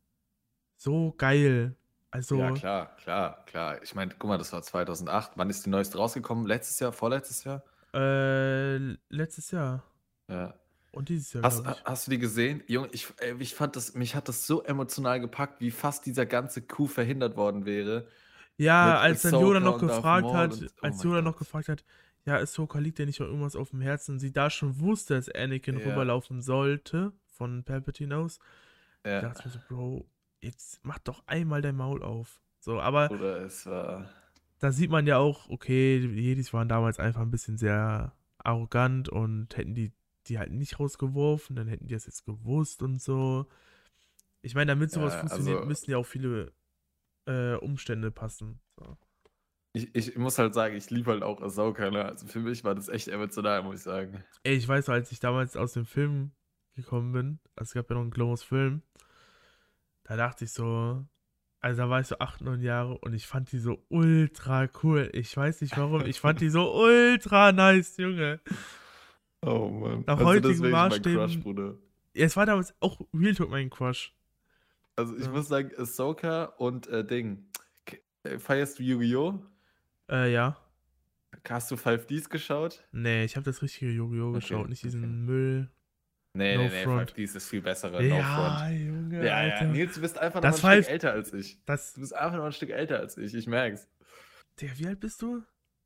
so geil. Ja, Also, klar, klar, klar. Ich meine, guck mal, das war 2008. Wann ist die neueste rausgekommen? Letztes Jahr, vorletztes Jahr? letztes Jahr Ja. und dieses Jahr, Hast, glaube ich. hast du die gesehen? Junge, mich hat das so emotional gepackt, wie fast dieser ganze Coup verhindert worden wäre. Ja, Mit Ahsoka und Darth Maul und oh Als mein Yoda noch Gott. gefragt hat, ja, Ahsoka liegt ja nicht noch irgendwas auf dem Herzen und sie da schon wusste, dass Anakin Ja, rüberlaufen sollte, von Palpatine aus, ja. dachte ich mir so, Bro, jetzt mach doch einmal dein Maul auf. So, aber Oder es war. da sieht man ja auch, okay, die Jedis waren damals einfach ein bisschen sehr arrogant und hätten die halt nicht rausgeworfen, dann hätten die das jetzt gewusst und so. Ich meine, damit sowas Ja, funktioniert, also müssen ja auch viele Umstände passen. So. ich muss halt sagen, ich liebe halt auch Ahsoka, ne? Also für mich war das echt emotional, muss ich sagen. Ey, ich weiß noch, als ich damals aus dem Film gekommen bin, also es gab ja noch einen Clone Wars Film, da dachte ich so, also da war ich so 8, 9 Jahre und ich fand die so ultra cool. Ich weiß nicht warum, ich fand die so ultra nice, Junge. Oh Mann. Nach Also das ist heutigen wirklich mein Crush, Maßstäben, Bruder. ja, es war damals auch Real Talk mein Crush. Also ich So. muss sagen, Ahsoka und Ding. Feierst du Yu-Gi-Oh? Ja. Hast du 5Ds geschaut? Nee, ich habe das richtige Yu-Gi-Oh! Okay, Geschaut, nicht okay. diesen Müll. Nee, No nee, nee, Front. 5Ds ist viel bessere, No Front. Ja, Junge, Ja, ja, Alter. Nils, du bist einfach noch mal Das ein Stück Five, älter als ich. das. Du bist einfach noch ein Stück älter als ich merk's. Digga, wie alt bist du?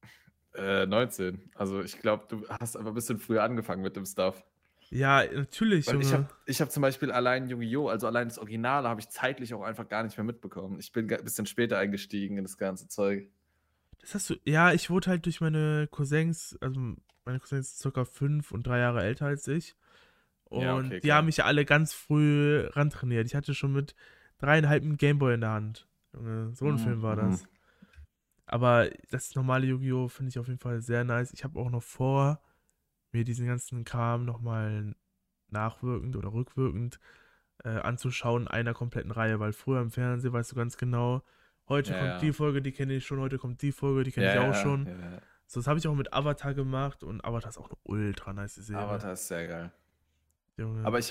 19. Also ich glaube, du hast einfach ein bisschen früher angefangen mit dem Stuff. Ja, natürlich, Weil Junge. ich hab zum Beispiel allein Yu-Gi-Oh!, also allein das Original, habe ich zeitlich auch einfach gar nicht mehr mitbekommen. Ich bin ein bisschen später eingestiegen in das ganze Zeug. Das hast du. Ja, ich wurde halt durch meine Cousins, also meine Cousins sind ca. 5 und 3 Jahre älter als ich. Ja, Und okay, die haben klar. mich ja alle ganz früh rantrainiert. Ich hatte schon mit 3,5 einen Gameboy in der Hand. Junge, so ein Film Mhm, war mhm. das. Aber das normale Yu-Gi-Oh! Finde ich auf jeden Fall sehr nice. Ich habe auch noch vor, mir diesen ganzen Kram nochmal nachwirkend oder rückwirkend anzuschauen, einer kompletten Reihe, weil früher im Fernsehen weißt du ganz genau, heute Ja, kommt die ja. Folge, die kenne ich schon, heute kommt die Folge, die kenne Ja, ich auch ja, schon. ja. So, das habe ich auch mit Avatar gemacht und Avatar ist auch eine ultra nice Serie. Avatar ist sehr geil. Junge. Aber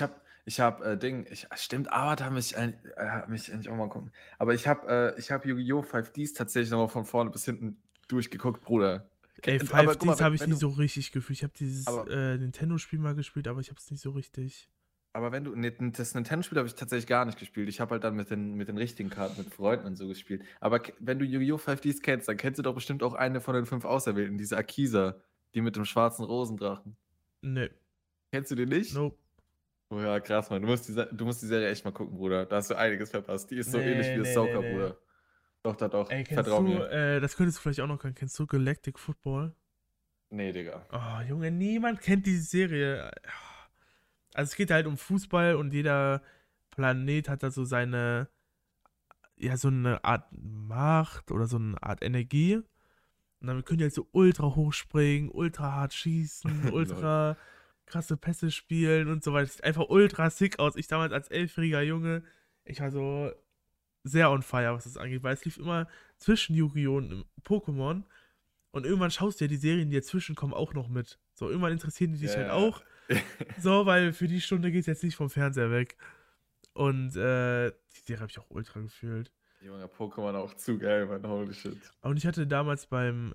stimmt, Avatar mich eigentlich auch mal gucken. Aber ich hab Yu-Gi-Oh! 5Ds tatsächlich nochmal von vorne bis hinten durchgeguckt, Bruder. Ey, Aber guck mal, 5Ds habe ich wenn nie du, so richtig gefühlt. Ich habe dieses aber Nintendo-Spiel mal gespielt, aber ich habe es nicht so richtig. Aber wenn du, das Nintendo-Spiel habe ich tatsächlich gar nicht gespielt. Ich habe halt dann mit den richtigen Karten mit Freunden und so gespielt. Aber wenn du Yu-Gi-Oh! 5Ds kennst, dann kennst du doch bestimmt auch eine von den 5 Auserwählten, diese Akisa, die mit dem schwarzen Rosendrachen. Nee, Kennst du die nicht? nope. Oh ja, krass, Mann. Du musst die Serie echt mal gucken, Bruder. Da hast du einiges verpasst. Die ist so ähnlich Nee, wie nee, nee, Ahsoka, nee. Bruder. Doch, da doch. Ey, kennst Vertrau du, mir. das könntest du vielleicht auch noch kennen, kennst du Galactic Football? Nee, Digga. Oh, Junge, niemand kennt diese Serie. Also es geht halt um Fußball und jeder Planet hat da so seine, ja, so eine Art Macht oder so eine Art Energie. Und damit können die halt so ultra hoch springen, ultra hart schießen, Lol. ultra krasse Pässe spielen und so weiter. Sieht einfach ultra sick aus. Ich damals als 11-jähriger Junge, ich war so sehr on fire, was das angeht, weil es lief immer zwischen Yu-Gi-Oh! Und Pokémon. Und irgendwann schaust du ja die Serien, die dazwischen kommen, auch noch mit. So, irgendwann interessieren die dich halt Ja, auch. ja. So, weil für die Stunde geht es jetzt nicht vom Fernseher weg. Und die Serie habe ich auch ultra gefühlt. Junge, Pokémon auch zu geil, Mann. Holy shit. Und ich hatte damals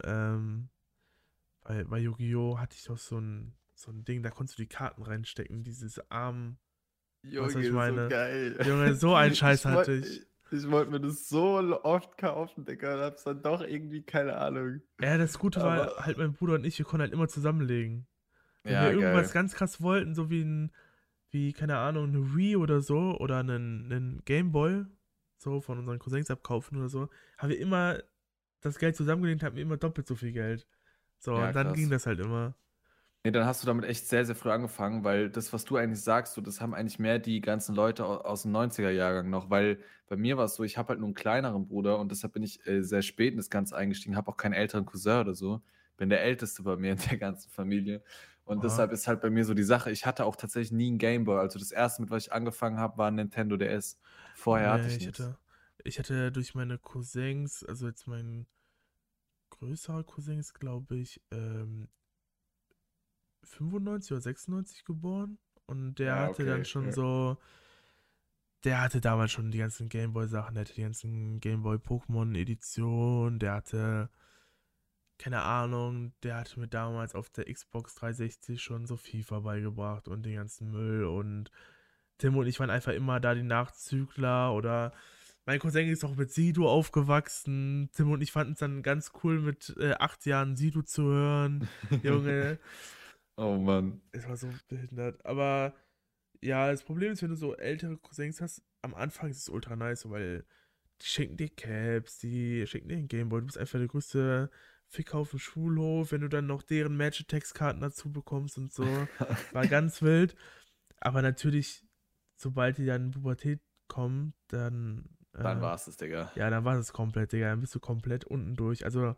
bei Yu-Gi-Oh! Hatte ich doch so ein Ding, da konntest du die Karten reinstecken, dieses Arm, weißt du, was ich Junge, so meine? geil. Junge, so einen Scheiß Ich hatte wollte ich. ich wollt mir das so oft kaufen, Digga, und hab's dann doch irgendwie, keine Ahnung. Ja, das Gute war Aber, halt, mein Bruder und ich, wir konnten halt immer zusammenlegen. Wenn wir ja, irgendwas geil. ganz krass wollten, so wie, keine Ahnung, eine Wii oder so, oder einen Gameboy, so von unseren Cousins abkaufen oder so, haben wir immer das Geld zusammengelegt, hatten wir immer doppelt so viel Geld. So, Ja, und dann ging krass. das halt immer. Nee, dann hast du damit echt sehr, sehr früh angefangen, weil das, was du eigentlich sagst, so, das haben eigentlich mehr die ganzen Leute aus dem 90er-Jahrgang noch, weil bei mir war es so, ich habe halt nur einen kleineren Bruder und deshalb bin ich sehr spät in das Ganze eingestiegen, habe auch keinen älteren Cousin oder so, bin der Älteste bei mir in der ganzen Familie und Aha. deshalb ist halt bei mir so die Sache, ich hatte auch tatsächlich nie einen Gameboy, also das erste, mit was ich angefangen habe, war ein Nintendo DS. Vorher hatte Nee, ich ich nichts. hatte, ich hatte durch meine Cousins, also jetzt mein größerer Cousin ist, glaube ich, 95 oder 96 geboren. Und der Ja, hatte dann okay. schon so, der hatte damals schon die ganzen Gameboy-Sachen, der hatte die ganzen Gameboy-Pokémon-Edition, der hatte, keine Ahnung, der hatte mir damals auf der Xbox 360 schon so FIFA beigebracht und den ganzen Müll und Tim und ich waren einfach immer da die Nachzügler oder mein Cousin ist auch mit Sido aufgewachsen. Tim und ich fanden es dann ganz cool, mit 8 Jahren Sido zu hören. Junge, Oh Mann. es war so behindert. Aber ja, das Problem ist, wenn du so ältere Cousins hast, am Anfang ist es ultra nice, weil die schenken dir Caps, die schenken dir einen Gameboy. Du bist einfach der größte Ficker auf dem Schulhof, wenn du dann noch deren Match-Attacks-Karten dazu bekommst und so. War ganz wild. Aber natürlich, sobald die dann in Pubertät kommen, dann, Dann war es das, Digga. ja, dann war es komplett, Digga. Dann bist du komplett unten durch. Also,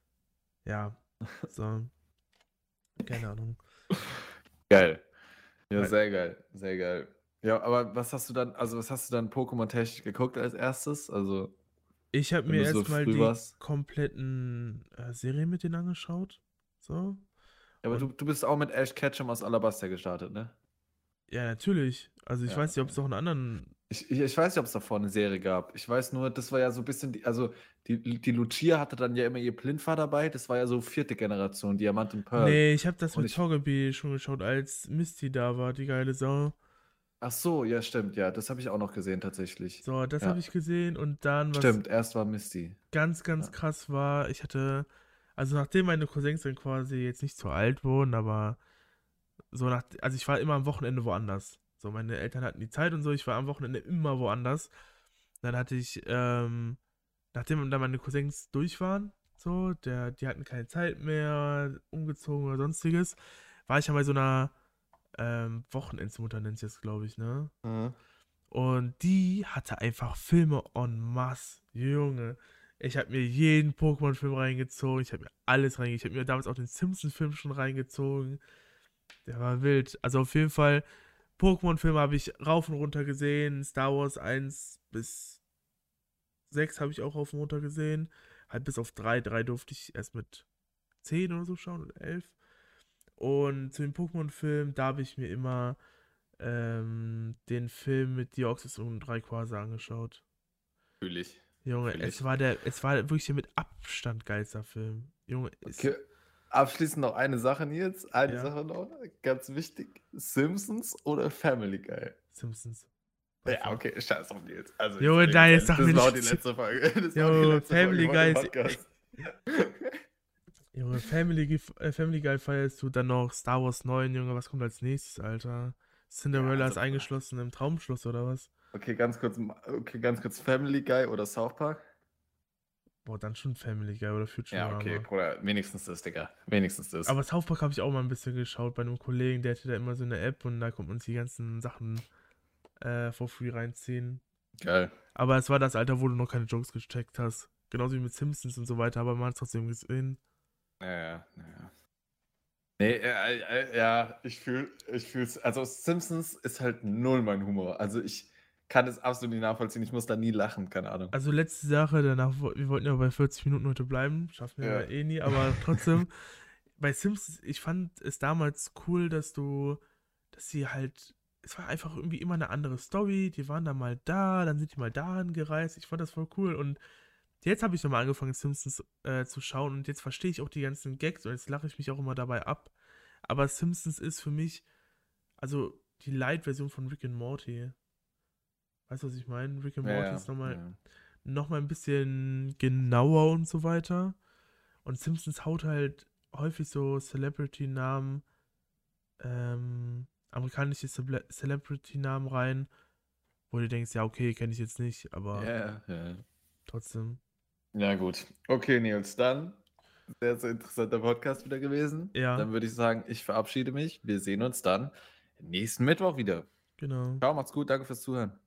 ja, so, keine Ahnung. Geil. Ja, Weil sehr geil, sehr geil. Ja, aber was hast du dann Pokémon-technisch geguckt als erstes? Also, ich habe wenn mir du so erstmal früh die warst. kompletten Serien mit denen angeschaut. So. Ja, aber du, Und du bist auch mit Ash Ketchum aus Alabaster gestartet, ne? ja, natürlich. Also, ich Ja, weiß nicht, ob okay. es noch einen anderen. Ich weiß nicht, ob es davor eine Serie gab. Ich weiß nur, das war ja so ein bisschen, also die Lucia hatte dann ja immer ihr Plinfa dabei. Das war ja so vierte Generation, Diamant und Pearl. Nee, ich habe das Und mit ich, Togepi schon geschaut, als Misty da war, die geile Sau. ach so, ja, stimmt, ja, das habe ich auch noch gesehen tatsächlich. So, das habe Ja, ich gesehen und dann, was stimmt, erst war Misty. ganz, ganz Ja. krass war, also nachdem meine Cousins dann quasi jetzt nicht so alt wurden, aber also ich war immer am Wochenende woanders. So, meine Eltern hatten die Zeit und so, ich war am Wochenende immer woanders. Dann hatte ich, nachdem dann meine Cousins durch waren, so, die hatten keine Zeit mehr, umgezogen oder sonstiges, war ich ja bei so einer Wochenendsmutter, nennt sie es, glaube ich, ne? Mhm. Und die hatte einfach Filme en masse. Junge. Ich habe mir jeden Pokémon-Film reingezogen. Ich habe mir alles reingezogen. Ich habe mir damals auch den Simpsons-Film schon reingezogen. Der war wild. Also auf jeden Fall, Pokémon-Filme habe ich rauf und runter gesehen. Star Wars 1 bis 6 habe ich auch rauf und runter gesehen. Halt bis auf 3. 3 durfte ich erst mit 10 oder so schauen oder 11. Und zu den Pokémon-Filmen, da habe ich mir immer den Film mit Deoxys und Rayquaza angeschaut. Fühl ich. Junge, Fühl ich. es war wirklich der mit Abstand geilster Film. Junge, Okay. Abschließend noch eine Sache, Nils. Eine Ja, Sache noch, ganz wichtig. Simpsons oder Family Guy? Simpsons. Ja, Einfach. okay, scheiß auf Nils. Also ich Junge, sage jetzt nein, jetzt ehrlich, sag mir das war auch die nicht. letzte Folge. Das war auch die Junge, letzte Folge Family von dem Guy ist. Podcast. Junge, Family Guy feierst du, dann noch Star Wars 9, Junge, was kommt als nächstes, Alter? Ja, Cinderella also, ist eingeschlossen im Traumschloss oder was? okay, ganz kurz Family Guy oder South Park? Boah, dann schon Family Guy oder Ja, okay, Futurama. Bruder, wenigstens das, Digga. Wenigstens das. Aber South Park habe ich auch mal ein bisschen geschaut bei einem Kollegen, der hatte da immer so eine App und da konnte man sich die ganzen Sachen for free reinziehen. Geil. Aber es war das Alter, wo du noch keine Jokes gecheckt hast. Genauso wie mit Simpsons und so weiter, aber man hat es trotzdem gesehen. Ja. Nee, ja, ich fühl's. Also Simpsons ist halt null mein Humor. Also ich kann es absolut nicht nachvollziehen. Ich muss da nie lachen, keine Ahnung. Also letzte Sache, danach, wir wollten ja bei 40 Minuten heute bleiben, schaffen wir Ja. ja eh nie, aber trotzdem, bei Simpsons, ich fand es damals cool, dass sie halt, es war einfach irgendwie immer eine andere Story, die waren da mal da, dann sind die mal dahin gereist, ich fand das voll cool und jetzt habe ich nochmal angefangen, Simpsons zu schauen und jetzt verstehe ich auch die ganzen Gags und jetzt lache ich mich auch immer dabei ab, aber Simpsons ist für mich, also die Light-Version von Rick and Morty, weißt du, was ich meine? Rick and Morty ist Ja. noch mal ein bisschen genauer und so weiter. Und Simpsons haut halt häufig so Celebrity-Namen, amerikanische Celebrity-Namen rein, wo du denkst, ja, okay, kenne ich jetzt nicht, aber Ja. trotzdem. Ja, gut. Okay, Nils, dann sehr, sehr interessanter Podcast wieder gewesen. Ja, Dann würde ich sagen, ich verabschiede mich. Wir sehen uns dann nächsten Mittwoch wieder. genau. Ciao, macht's gut, danke fürs Zuhören.